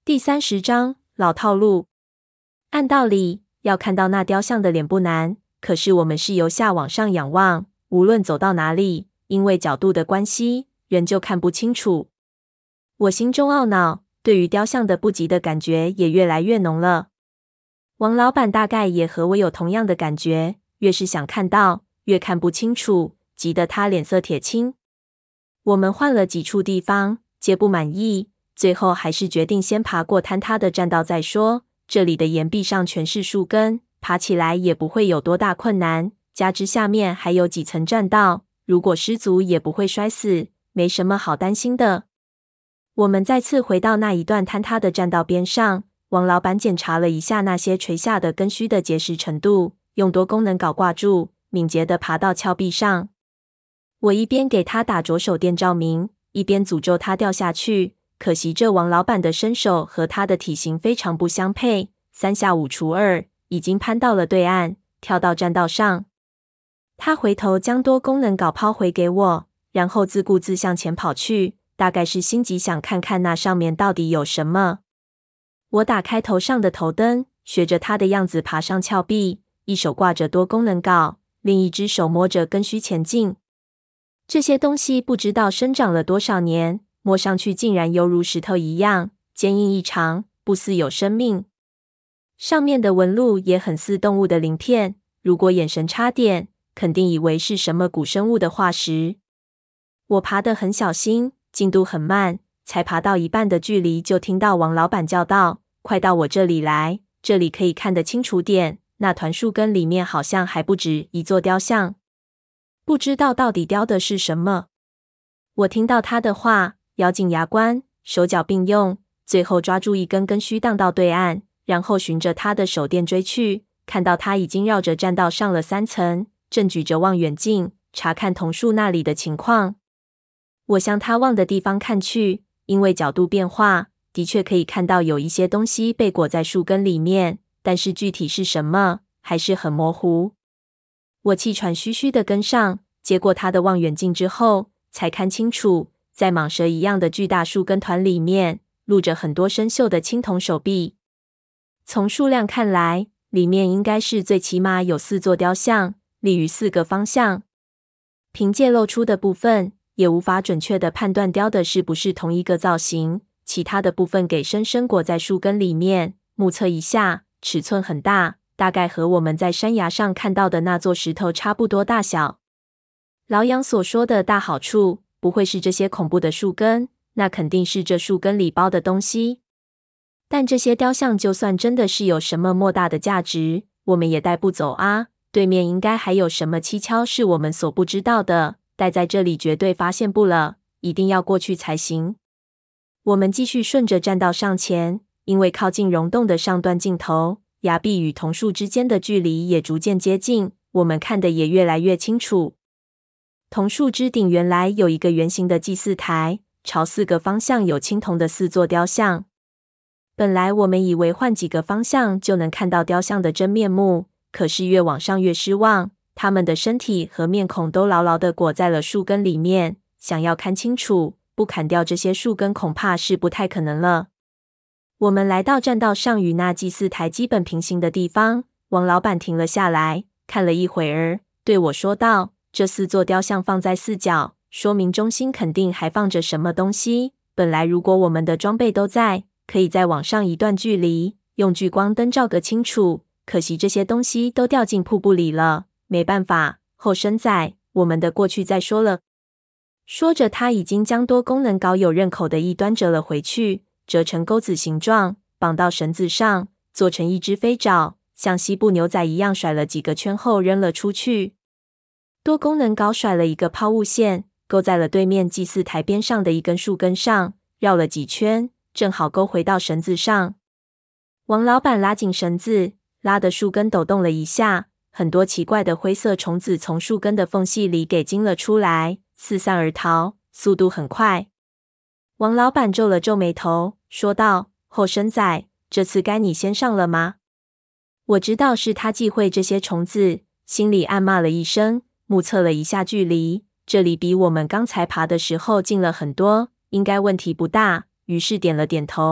第30章老套路。按道理，要看到那雕像的脸不难，可是我们是由下往上仰望，无论走到哪里，因为角度的关系，仍旧看不清楚。我心中懊恼，对于雕像的不及的感觉也越来越浓了。王老板大概也和我有同样的感觉，越是想看到，越看不清楚，急得他脸色铁青。我们换了几处地方，皆不满意，最后还是决定先爬过坍塌的栈道再说。这里的岩壁上全是树根，爬起来也不会有多大困难，加之下面还有几层栈道，如果失足也不会摔死，没什么好担心的。我们再次回到那一段坍塌的栈道边上，王老板检查了一下那些垂下的根须的结实程度，用多功能镐挂住，敏捷地爬到峭壁上。我一边给他打着手电照明，一边诅咒他掉下去。可惜这王老板的身手和他的体型非常不相配，3下5除2，已经攀到了对岸，跳到栈道上。他回头将多功能镐抛回给我，然后自顾自向前跑去，大概是心急想看看那上面到底有什么。我打开头上的头灯，学着他的样子爬上峭壁，一手挂着多功能镐，另一只手摸着根须前进。这些东西不知道生长了多少年，摸上去竟然犹如石头一样，坚硬异常，不似有生命。上面的纹路也很似动物的鳞片，如果眼神差点，肯定以为是什么古生物的化石。我爬得很小心，进度很慢，才爬到一半的距离，就听到王老板叫道：“快到我这里来，这里可以看得清楚点，那团树根里面好像还不止一座雕像。不知道到底雕的是什么。”我听到他的话，咬紧牙关，手脚并用，最后抓住一根根须荡到对岸，然后循着他的手电追去，看到他已经绕着栈道上了3层，正举着望远镜查看桐树那里的情况。我向他望的地方看去，因为角度变化，的确可以看到有一些东西被裹在树根里面，但是具体是什么，还是很模糊。我气喘吁吁地跟上，接过他的望远镜之后，才看清楚，在蟒蛇一样的巨大树根团里面，露着很多生锈的青铜手臂。从数量看来，里面应该是最起码有4座雕像，立于4个方向。凭借露出的部分，也无法准确地判断雕的是不是同一个造型，其他的部分给深深裹在树根里面。目测一下，尺寸很大，大概和我们在山崖上看到的那座石头差不多大小。老杨所说的大好处，不会是这些恐怖的树根，那肯定是这树根里包的东西。但这些雕像就算真的是有什么莫大的价值，我们也带不走啊。对面应该还有什么蹊跷是我们所不知道的，待在这里绝对发现不了，一定要过去才行。我们继续顺着栈道上前，因为靠近溶洞的上段尽头，崖壁与桐树之间的距离也逐渐接近，我们看得也越来越清楚。桐树之顶原来有一个圆形的祭祀台，朝4个方向有青铜的4座雕像。本来我们以为换几个方向就能看到雕像的真面目，可是越往上越失望，他们的身体和面孔都牢牢地裹在了树根里面，想要看清楚，不砍掉这些树根恐怕是不太可能了。我们来到栈道上与那祭祀台基本平行的地方，王老板停了下来，看了一会儿，对我说道：“这4座雕像放在4角，说明中心肯定还放着什么东西。本来如果我们的装备都在，可以再往上一段距离，用聚光灯照个清楚。可惜这些东西都掉进瀑布里了，没办法，后生仔，我们的过去再说了。”说着，他已经将多功能镐有刃口的一端折了回去，折成钩子形状，绑到绳子上，做成一只飞爪，像西部牛仔一样甩了几个圈后扔了出去。多功能镐甩了一个抛物线，勾在了对面祭祀台边上的一根树根上，绕了几圈，正好勾回到绳子上。王老板拉紧绳子，拉的树根抖动了一下，很多奇怪的灰色虫子从树根的缝隙里给惊了出来，四散而逃，速度很快。王老板皱了皱眉头，说道：“后生仔，这次该你先上了吗？”我知道是他忌讳这些虫子，心里暗骂了一声，目测了一下距离，这里比我们刚才爬的时候近了很多，应该问题不大，于是点了点头，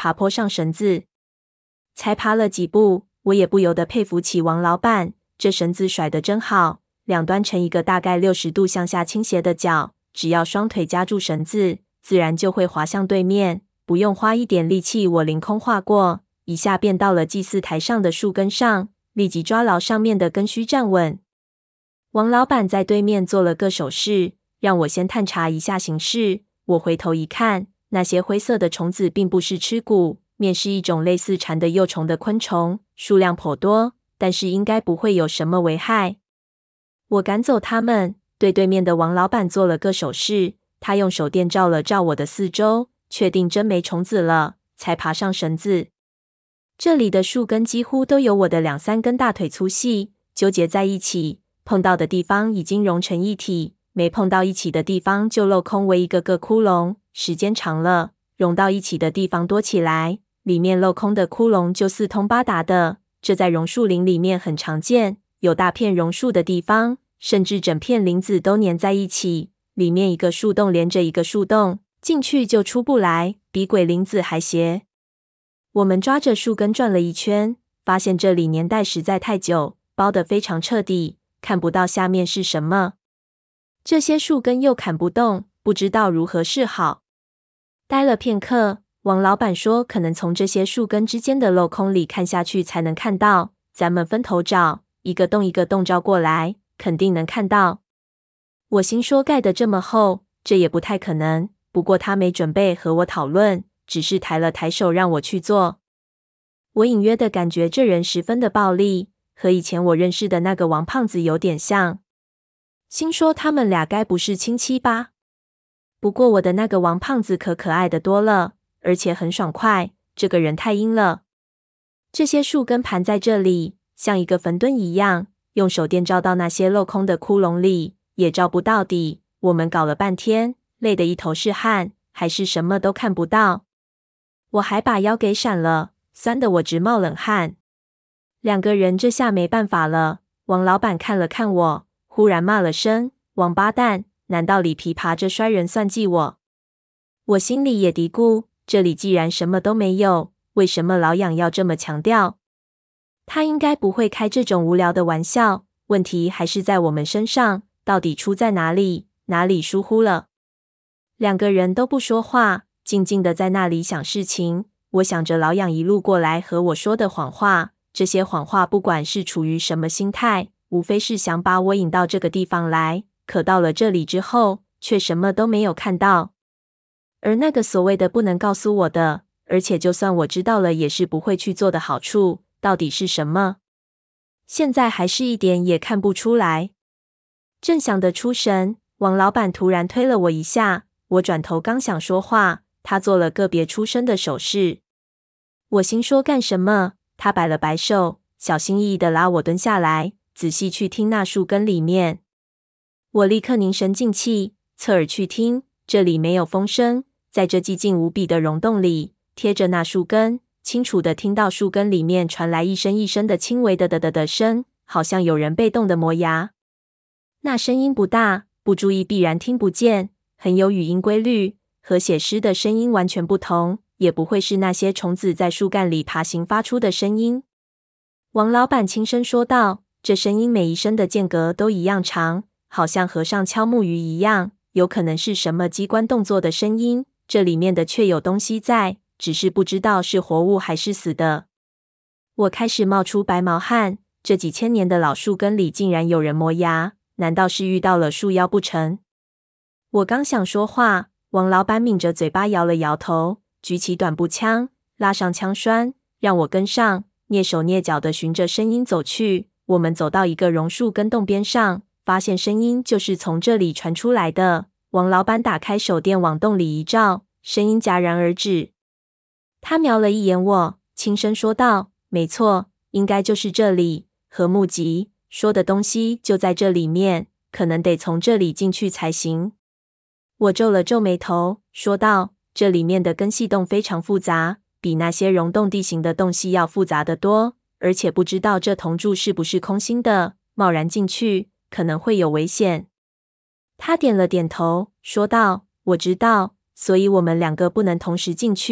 爬坡上绳子。才爬了几步，我也不由得佩服起王老板，这绳子甩得真好，两端成一个大概60度向下倾斜的角，只要双腿夹住绳子，自然就会滑向对面，不用花一点力气，我凌空划过，一下便到了祭祀台上的树根上，立即抓牢上面的根须站稳。王老板在对面做了个手势，让我先探查一下形势。我回头一看，那些灰色的虫子并不是吃骨，面是一种类似蝉的幼虫的昆虫，数量颇多，但是应该不会有什么危害。我赶走它们，对对面的王老板做了个手势，他用手电照了照我的四周，确定真没虫子了，才爬上绳子。这里的树根几乎都有我的2-3根大腿粗细，纠结在一起，碰到的地方已经融成一体，没碰到一起的地方就镂空为一个个窟窿，时间长了，融到一起的地方多起来，里面镂空的窟窿就四通八达的，这在榕树林里面很常见，有大片榕树的地方，甚至整片林子都粘在一起，里面一个树洞连着一个树洞，进去就出不来，比鬼林子还邪。我们抓着树根转了一圈，发现这里年代实在太久，包得非常彻底，看不到下面是什么。这些树根又砍不动，不知道如何是好。待了片刻，王老板说可能从这些树根之间的镂空里看下去才能看到，咱们分头找，一个洞一个洞照过来，肯定能看到。我心说盖得这么厚，这也不太可能，不过他没准备和我讨论，只是抬了抬手让我去做。我隐约的感觉这人十分的暴力，和以前我认识的那个王胖子有点像。心说他们俩该不是亲戚吧？不过我的那个王胖子可爱得多了，而且很爽快，这个人太阴了。这些树根盘在这里，像一个坟墩一样，用手电照到那些镂空的窟窿里，也照不到底。我们搞了半天，累得一头是汗，还是什么都看不到。我还把腰给闪了，酸得我直冒冷汗。两个人这下没办法了，王老板看了看我，忽然骂了声王八蛋，难道李皮爬着摔人算计我？我心里也嘀咕，这里既然什么都没有，为什么老痒要这么强调？他应该不会开这种无聊的玩笑，问题还是在我们身上，到底出在哪里？哪里疏忽了？两个人都不说话，静静的在那里想事情。我想着老痒一路过来和我说的谎话，这些谎话不管是处于什么心态，无非是想把我引到这个地方来，可到了这里之后，却什么都没有看到。而那个所谓的不能告诉我的，而且就算我知道了也是不会去做的好处，到底是什么？现在还是一点也看不出来。正想得出神，王老板突然推了我一下，我转头刚想说话，他做了个别出声的手势。我心说干什么？他摆了摆手，小心翼翼地拉我蹲下来，仔细去听那树根里面。我立刻凝神静气，侧耳去听，这里没有风声，在这寂静无比的溶洞里，贴着那树根，清楚地听到树根里面传来一声一声的轻微的的声，好像有人被冻得磨牙。那声音不大，不注意必然听不见，很有语音规律，和写诗的声音完全不同，也不会是那些虫子在树干里爬行发出的声音。王老板轻声说道，这声音每一声的间隔都一样长，好像和尚敲木鱼一样，有可能是什么机关动作的声音，这里面的确有东西在，只是不知道是活物还是死的。我开始冒出白毛汗，这几千年的老树根里竟然有人磨牙，难道是遇到了树妖不成？我刚想说话，王老板抿着嘴巴摇了摇头，举起短步枪，拉上枪栓，让我跟上，蹑手蹑脚地循着声音走去。我们走到一个榕树根洞边上，发现声音就是从这里传出来的。王老板打开手电往洞里一照，声音戛然而止。他瞄了一眼我，轻声说道，没错，应该就是这里，和木吉说的东西就在这里面，可能得从这里进去才行。我皱了皱眉头，说道，这里面的根系洞非常复杂，比那些溶洞地形的洞系要复杂得多，而且不知道这铜柱是不是空心的，贸然进去可能会有危险。他点了点头，说道，我知道，所以我们两个不能同时进去，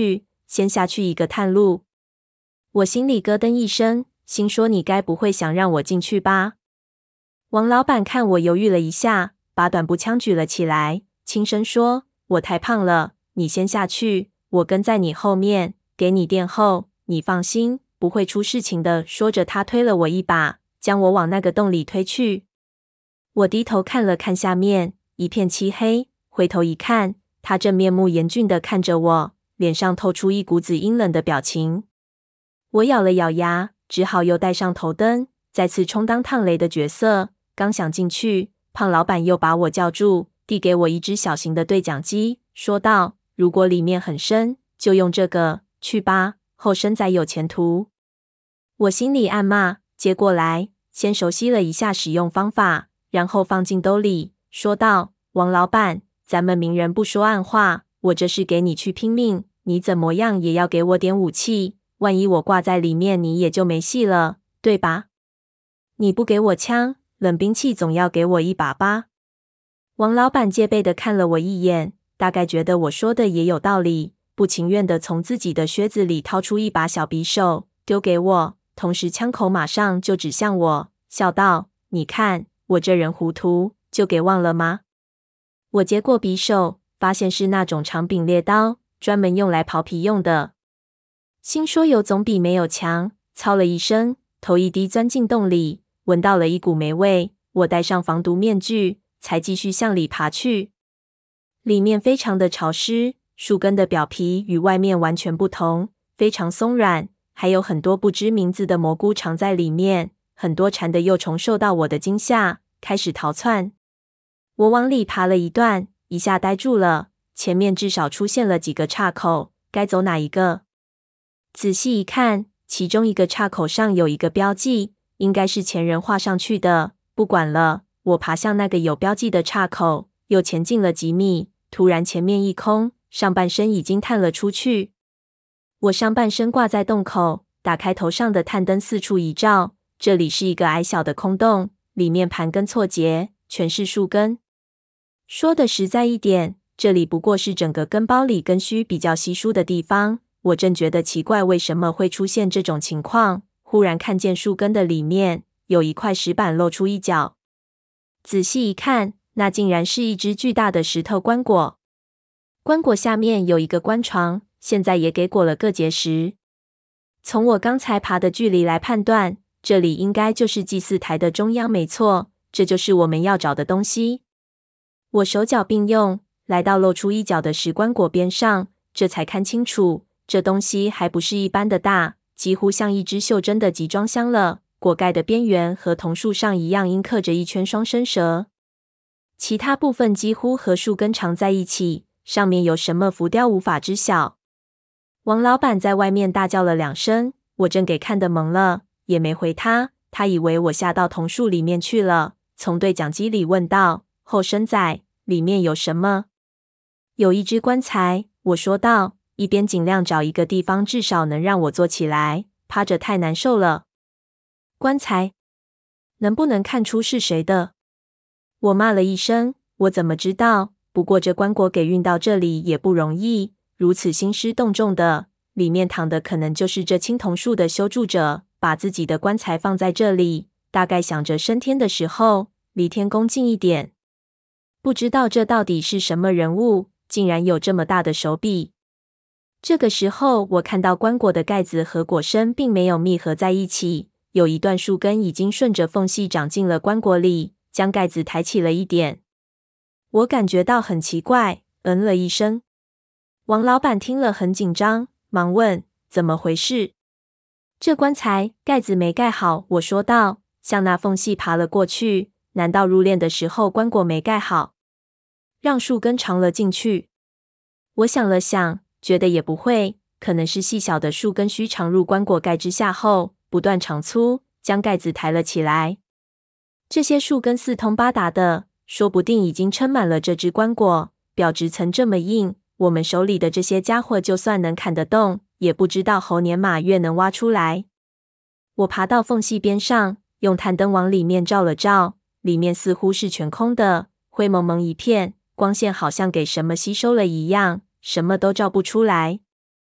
先下去一个探路。我心里咯噔一声，心说你该不会想让我进去吧？王老板看我犹豫了一下，把短步枪举了起来，轻声说：“我太胖了，你先下去，我跟在你后面，给你垫后，你放心，不会出事情的。”说着，他推了我一把，将我往那个洞里推去。我低头看了看下面，一片漆黑，回头一看，他正面目严峻地看着我，脸上透出一股子阴冷的表情。我咬了咬牙，只好又带上头灯，再次充当烫雷的角色。刚想进去，胖老板又把我叫住，递给我一只小型的对讲机，说道：“如果里面很深，就用这个，去吧，后生仔有前途。”我心里暗骂，接过来，先熟悉了一下使用方法，然后放进兜里，说道：“王老板，咱们明人不说暗话，我这是给你去拼命，你怎么样也要给我点武器，万一我挂在里面，你也就没戏了，对吧？你不给我枪，冷兵器总要给我一把吧？”王老板戒备地看了我一眼，大概觉得我说的也有道理，不情愿地从自己的靴子里掏出一把小匕首，丢给我，同时枪口马上就指向我，笑道：“你看，我这人糊涂，就给忘了吗？”我接过匕首，发现是那种长柄猎刀，专门用来刨皮用的。心说有总比没有强，操了一声，头一低钻进洞里，闻到了一股霉味，我戴上防毒面具，才继续向里爬去。里面非常的潮湿，树根的表皮与外面完全不同，非常松软，还有很多不知名字的蘑菇藏在里面，很多蝉的幼虫受到我的惊吓，开始逃窜。我往里爬了一段，一下呆住了，前面至少出现了几个岔口，该走哪一个？仔细一看，其中一个岔口上有一个标记，应该是前人画上去的，不管了，我爬向那个有标记的岔口，又前进了几米，突然前面一空，上半身已经探了出去。我上半身挂在洞口，打开头上的探灯四处一照，这里是一个矮小的空洞，里面盘根错节，全是树根。说的实在一点，这里不过是整个根包里根须比较稀疏的地方。我正觉得奇怪为什么会出现这种情况，忽然看见树根的里面有一块石板露出一角。仔细一看，那竟然是一只巨大的石头棺椁。棺椁下面有一个棺床，现在也给裹了个结石。从我刚才爬的距离来判断，这里应该就是祭祀台的中央没错，这就是我们要找的东西。我手脚并用，来到露出一角的石棺椁边上，这才看清楚，这东西还不是一般的大，几乎像一只袖珍的集装箱了。椁盖的边缘和桐树上一样，阴刻着一圈双生蛇，其他部分几乎和树根长在一起，上面有什么浮雕无法知晓。王老板在外面大叫了2声，我正给看得懵了，也没回他，他以为我下到桐树里面去了，从对讲机里问道：“后生仔，里面有什么？”“有一只棺材。”我说道，一边尽量找一个地方至少能让我坐起来，趴着太难受了。“棺材？能不能看出是谁的？”我骂了一声，我怎么知道？不过这棺椁给运到这里也不容易，如此兴师动众的，里面躺的可能就是这青铜树的修筑者，把自己的棺材放在这里，大概想着升天的时候离天宫近一点。不知道这到底是什么人物，竟然有这么大的手笔。这个时候，我看到棺椁的盖子和椁身并没有密合在一起，有一段树根已经顺着缝隙长进了棺椁里，将盖子抬起了一点。我感觉到很奇怪，了一声。王老板听了很紧张，忙问：“怎么回事？”“这棺材盖子没盖好。”我说道，向那缝隙爬了过去。“难道入殓的时候棺椁没盖好，让树根长了进去？”我想了想，觉得也不会，可能是细小的树根须长入棺椁盖之下后，不断长粗，将盖子抬了起来。这些树根四通八达的，说不定已经撑满了这只棺椁，表质层这么硬，我们手里的这些家伙就算能砍得动，也不知道猴年马月能挖出来。我爬到缝隙边上，用探灯往里面照了照，里面似乎是全空的，灰蒙蒙一片，光线好像给什么吸收了一样，什么都照不出来。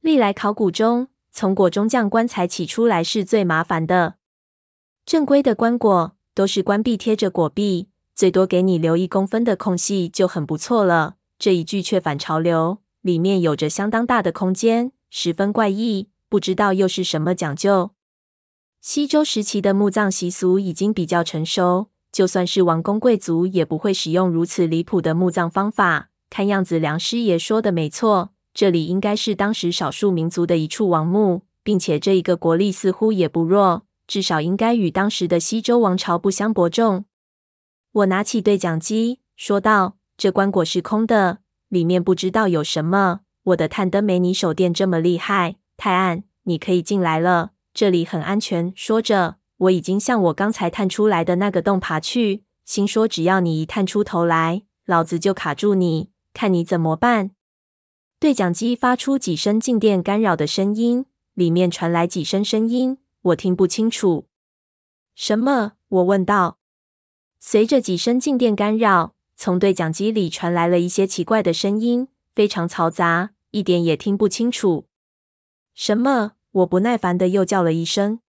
历来考古中，从椁中将棺材起出来是最麻烦的。正规的棺椁都是棺壁贴着椁壁，最多给你留1公分的空隙就很不错了。这一具却反潮流，里面有着相当大的空间，十分怪异，不知道又是什么讲究。西周时期的墓葬习俗已经比较成熟，就算是王公贵族也不会使用如此离谱的墓葬方法。看样子梁师爷说的没错，这里应该是当时少数民族的一处王墓，并且这一个国力似乎也不弱，至少应该与当时的西周王朝不相伯仲。我拿起对讲机，说道：“这棺椁是空的，里面不知道有什么。我的探灯没你手电这么厉害，太暗，你可以进来了，这里很安全。”说着，我已经向我刚才探出来的那个洞爬去，心说只要你一探出头来，老子就卡住你，看你怎么办。对讲机发出几声静电干扰的声音，里面传来几声声音，我听不清楚。什么？我问道。随着几声静电干扰，从对讲机里传来了一些奇怪的声音，非常嘈杂，一点也听不清楚。什么？我不耐烦地又叫了一声。